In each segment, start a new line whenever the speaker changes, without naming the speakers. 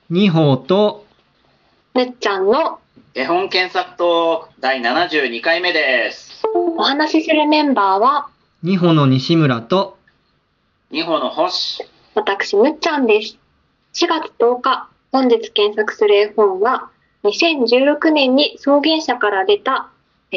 二歩と、
むっちゃんの
絵本検索トーク第72回目です。
お話しするメンバーは
二歩の西村と、
二歩の星。
私むっちゃんです。4月10日、本日検索する絵本は2016年に草原社から出た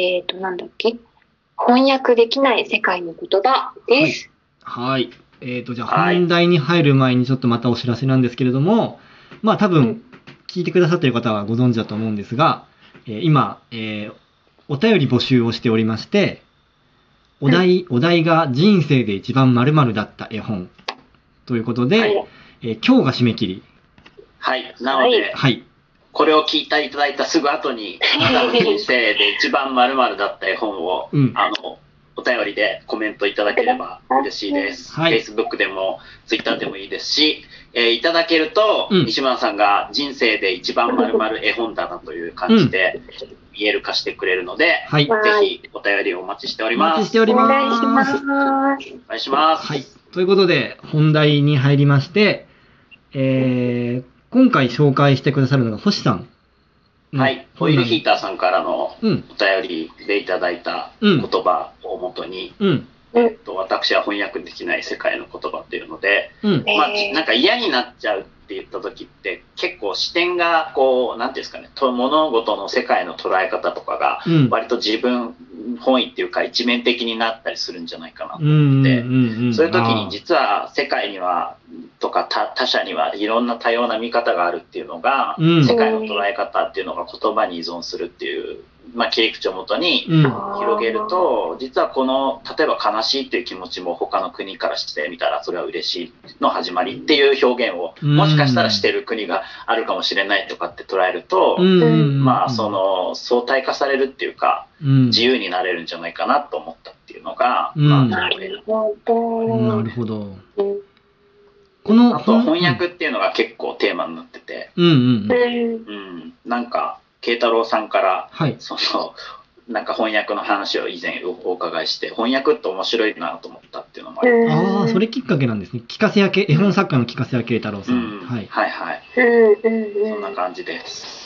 翻訳できない世界の言葉です。
はい。じゃあ本題に入る前にちょっとまたお知らせなんですけれども、まあ多分聞いてくださっている方はご存知だと思うんですが、今、お便り募集をしておりまして、お題が人生で一番〇〇だった絵本ということで、今日が締め切り。
はい。なので、
はい。
これを聞いていただいたすぐ後に、人生で一番〇〇だった絵本を、お便りでコメントいただければ嬉しいです。
はい、
Facebook でも Twitter でもいいですし、いただけると、西村さんが人生で一番〇〇絵本だなという感じで見える化してくれるので、ぜひお便りをお待ちしております。
お待ちしております。
お願いします。
お願いします。
はい。ということで、本題に入りまして、今回紹介してくださるのが星さん。
はい。オイルヒーターさんからのお便りでいただいた言葉をもとに、私は翻訳できない世界の言葉っていうので、なんか嫌になっちゃうって言った時って結構視点がこう、なんていうんですかね、物事の世界の捉え方とかが割と自分本位っていうか一面的になったりするんじゃないかなと思って、そういう時に実は世界にはとか他者にはいろんな多様な見方があるっていうのが、世界の捉え方っていうのが言葉に依存するっていう、切り口をもとに広げると、実はこの例えば悲しいっていう気持ちも他の国からしてみたらそれは嬉しいの始まりっていう表現をもしかしたらしてる国があるかもしれないとかって捉えると、その相対化されるっていうか、自由になれるんじゃないかなと思ったっていうのが、
なるほど。
なるほど。
あと翻訳っていうのが結構テーマになってて、なんか慶太郎さんから、なんか翻訳の話を以前お伺いして、翻訳って面白いなと思ったっていうのもあります。
それきっかけなんですね。絵本作家の木瀬慶太郎さん。
はいはい。そんな感じです。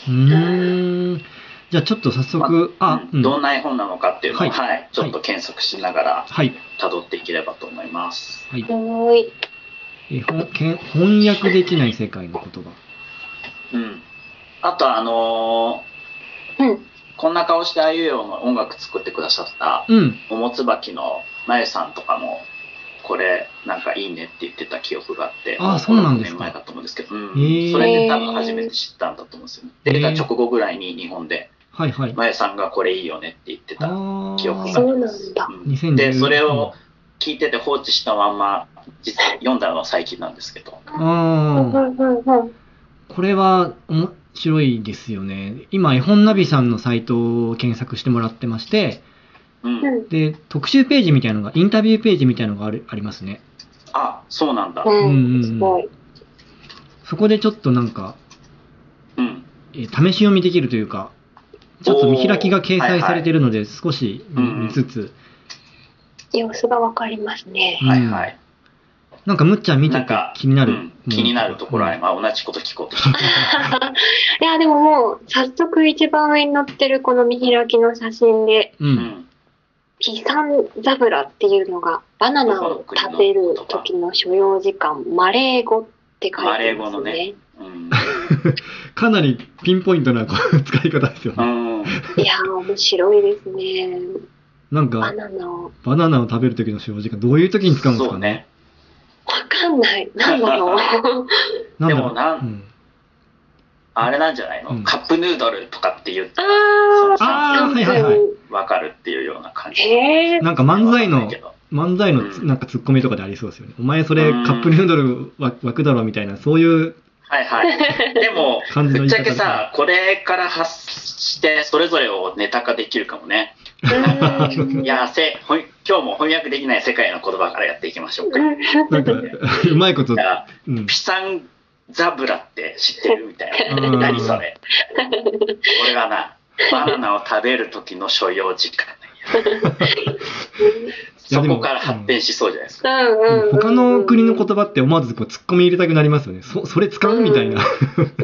じゃあちょっと早速、
どんな絵本なのかっていうのを、ちょっと検索しながら辿っていければと思います。
翻訳できない世界の言葉。
あとこんな顔してあいうような音楽作ってくださった桃椿のまゆさんとかもこれなんかいいねって言ってた記憶があって、
そうなんですか。
5年前だと思うんですけど、それで多分初めて知ったんだと思うんですよね。出た直後ぐらいに日本でまゆさんがこれいいよねって言ってた記憶があります。でそれを聞いてて放置したまんま実は読んだのは最近なんですけど。
これは面白いですよね。今絵本ナビさんのサイトを検索してもらってまして、で特集ページみたいなのがインタビューページみたいなのがありますね。
そうなんだ。
そこでちょっとなんか、試し読みできるというか、ちょっと見開きが掲載されているので少し見つつ、
様子がわかりますね。
なんかむっちゃん見てて気になる、
気になるところは同じこと聞こうとして
いやでももう早速一番上に載ってるこの見開きの写真で、ピサンザブラっていうのがバナナを食べる時の所要時間、マレー語って書いてますね。
かなりピンポイントな使い方ですよね。
いや面白いですね。
なんかバナナを食べる時の所要時間、どういう時に使うんですかね。
わかんない。なんだろう。
でもあれなんじゃないの、カップヌードルとかって言って、わかるっていうような感じ。
なんか漫才のなんかツッコミとかでありそうですよね。お前それカップヌードル湧くだろみたいな、そういう。
でも、ぶっちゃけさ、これから発してそれぞれをネタ化できるかもね。いや、今日も翻訳できない世界の言葉からやっていきましょうか。
なんかうまいこと。
ピサンザブラって知ってるみたいな。何それ。俺がな、バナナを食べる時の所要時間。 そこから発展しそうじゃないですか。
他の国の言葉って思わずこう突っ込み入れたくなりますよね。それ使うみたいな。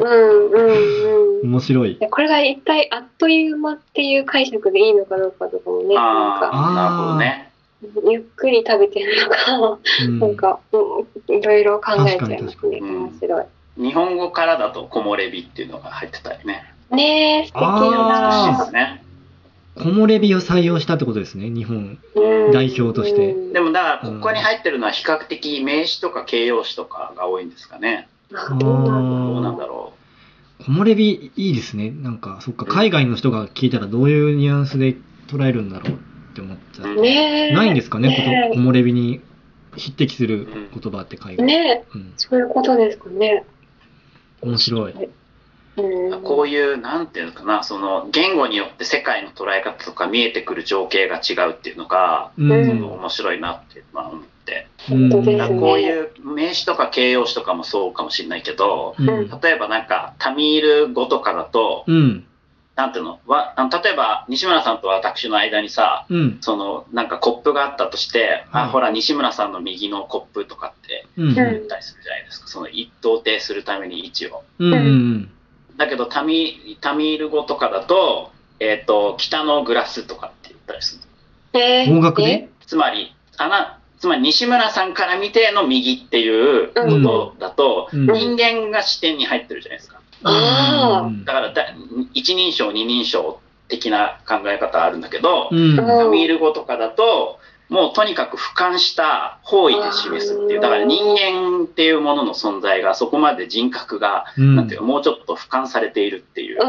面白い。
これが一体あっという間っていう解釈でいいのかどうかとかもね。
なるほどね。
ゆっくり食べてるのか、なんか、いろいろ考えちゃいますね。面白い。
日本語からだと木漏れ日っていうのが入ってたりね。
ねえ、素敵
な。美しいですね。
木漏れ日を採用したってことですね、日本代表として。
でもだからここに入ってるのは比較的名詞とか形容詞とかが多いんですかね。どうなんだろ
う。木漏れ日いいですね。なんかそっか、海外の人が聞いたらどういうニュアンスで捉えるんだろうって思っちゃう。ないんですかね、木漏れ日に匹敵する言葉って海外。
ね、そういうことですかね。
面白い。
こういうなんていうのかな、その言語によって世界の捉え方とか見えてくる情景が違うっていうのが、面白いなって思って、こういう名詞とか形容詞とかもそうかもしれないけど、例えばなんかタミール語とかだと、なんていうの、例えば西村さんと私の間にさ、そのなんかコップがあったとして、ほら西村さんの右のコップとかって言ったりするじゃないですか。その同定するために位置を。だけどタミール語とかだと、北のグラスとかって言ったりす
る。方角で？
つまり西村さんから見ての右っていうことだと、人間が視点に入ってるじゃないですか。だから一人称二人称的な考え方あるんだけど、タミール語とかだともうとにかく俯瞰した方位で示すっていう、だから人間っていうものの存在がそこまで人格が、なんていうかもうちょっと俯瞰されているっていう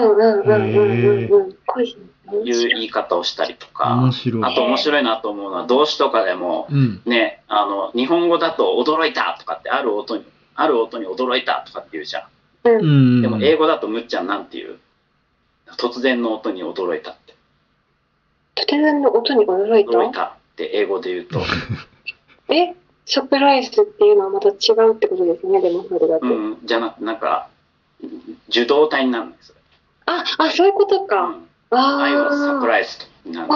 いう言い方をしたりとか、あと面白いなと思うのは動詞とかでも、ね、日本語だと驚いたとかってある音に驚いたとかって言うじゃん。でも英語だとむっちゃんなんていう、突然の音に驚いたって。
突然の音に驚いた
って英語で言うと
サプライズっていうのはまた違うってことですね。でもそれだと、
じゃなんか受動体になるんですよ。
そういうことか。
I was surprisedになる。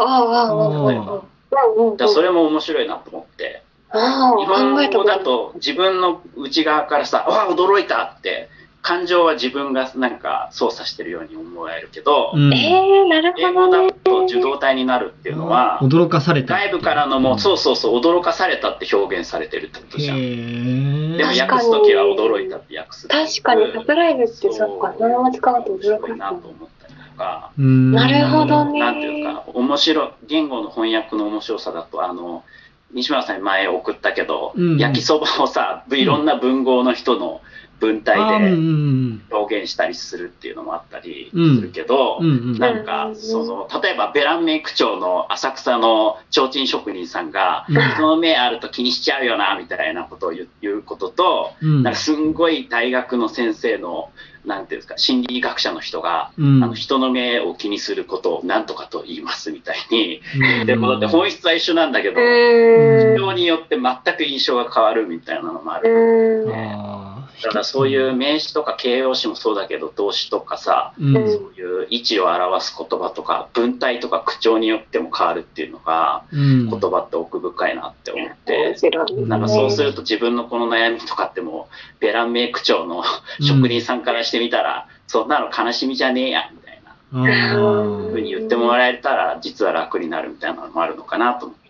だそれも面白いなと思って、日本語だと自分の内側からさ驚いたって感情は自分がなんか操作してるように思えるけど、
なるほどね、
英語だと受動体になるっていうのは、
驚かされた
外部からのも、そう驚かされたって表現されてるってことじゃん。でも訳すときは驚いたって訳す。
確かにサプライズってそっか、そのまま使うと驚かす
なと思ったりとか。
なるほどね。
なんていうか言語の翻訳の面白さだと西村さんに前送ったけど、焼きそばをさいろんな文豪の人の文体で表現したりするっていうのもあったりするけど、なんか例えばベランメイク町の浅草の提灯職人さんが人の目あると気にしちゃうよなみたいなことを言うことと、なんかすんごい大学の先生のなんていうんですか、心理学者の人が、人の目を気にすることを何とかと言いますみたいに、でもだって本質は一緒なんだけど、人によって全く印象が変わるみたいなのもある、だからそういう名詞とか形容詞もそうだけど動詞とかさ、そういう位置を表す言葉とか文体とか口調によっても変わるっていうのが、言葉って奥深いなって思って、なんかそうすると自分のこの悩みとかってもベランメイク町の職人さんからしてみたら、そんなの悲しみじゃねえやみたいなふうに言ってもらえたら実は楽になるみたいなのもあるのかなと思って。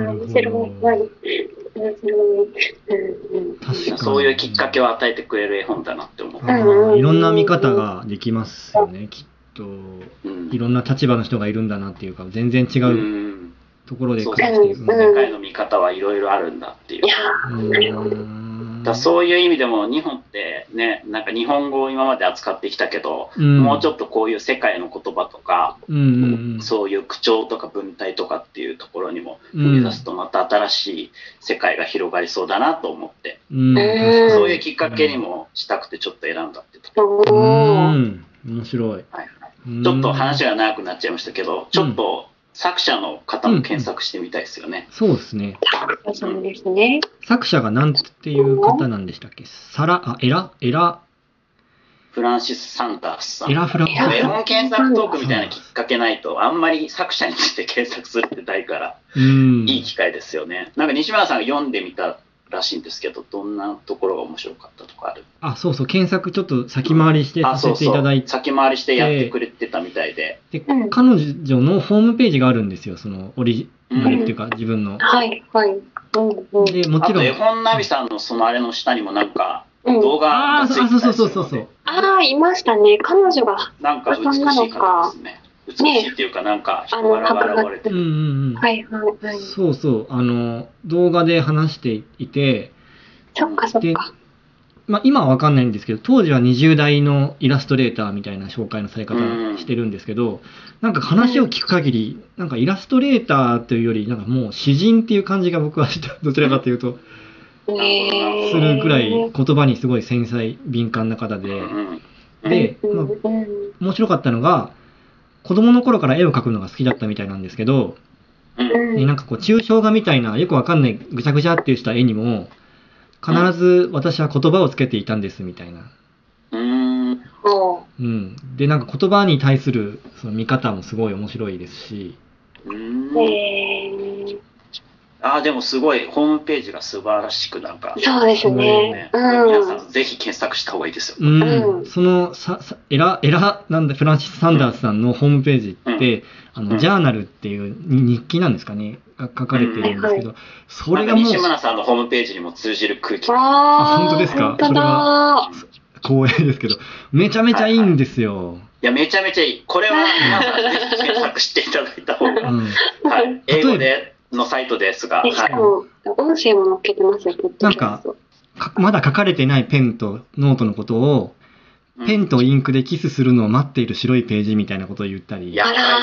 そういうきっかけを与えてくれる絵本だなって思って、
いろんな見方ができますよね、きっと。いろんな立場の人がいるんだなっていうか、全然違うところで
暮らしている。世界の見方はいろいろあるんだっていう。だそういう意味でも日本ってね、なんか日本語を今まで扱ってきたけど、もうちょっとこういう世界の言葉とか、そういう口調とか文体とかっていうところにも踏み出すとまた新しい世界が広がりそうだなと思って、そういうきっかけにもしたくてちょっと選んだってところ。
面白い。
ちょっと話が長くなっちゃいましたけど、ちょっと作者の方も検索してみたいですよね。
そうですね。
そうですね。
作者がなんていう方なんでしたっけ？エラ
フランシス・サンダースさん。
絵
本検索トークみたいなきっかけないと、あんまり作者について検索するってないから、いい機会ですよね。なんか西村さんが読んでみたらしいんですけど、どんなところが面白かったとかある？
そうそう、検索ちょっと先回りしてさせていただいて。
先回りしてやってくれてたみたいで。
で、彼女のホームページがあるんですよ、そのオリジナルっていうか、自分の。
はいはい。
で、もちろん。
あと絵本ナビさんのそのあれの下にもなんか、動画がついてたりするので。
そう。
いましたね。彼女が。
なんか美しい方ですね。美しいっていうか、なんか人柄が現れてる。
はいはい。
そうそう。動画で話していて。
そっか。
今はわかんないんですけど、当時は20代のイラストレーターみたいな紹介のされ方してるんですけど、なんか話を聞く限り、なんかイラストレーターというより、なんかもう詩人っていう感じが僕はどちらかというと、するくらい言葉にすごい繊細、敏感な方で、で、面白かったのが、子供の頃から絵を描くのが好きだったみたいなんですけど、なんかこう抽象画みたいなよくわかんないぐちゃぐちゃってした絵にも、必ず私は言葉をつけていたんですみたいな。で、なんか言葉に対するその見方もすごい面白いですし。
でもすごい、ホームページが素晴らしくなんか。
そうですね。
皆さんぜひ検索した方がいいですよ。
その、なんだ、フランシス・サンダースさんのホームページって、ジャーナルっていう日記なんですかね、が書かれてるんですけど、それがもう。
西村さんのホームページにも通じる空気。
本当ですか？それは光栄ですけど、めちゃめちゃいいんですよ。
いや、めちゃめちゃいい。これは皆さんぜひ検索していただいた方が。英語で。のサイトですが、
しかも、音声も載っけてますよ、
なんか、まだ書かれてないペンとノートのことを、ペンとインクでキスするのを待っている白いページみたいなことを言ったり。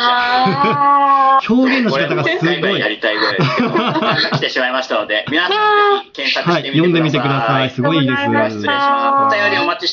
表現の仕方がすごい。
やりたいぐらいですけど、来てしまいましたので、皆さんぜひ検索してみてください。
読んでみてください。すごいいいです。
失礼します。お便りお待ちして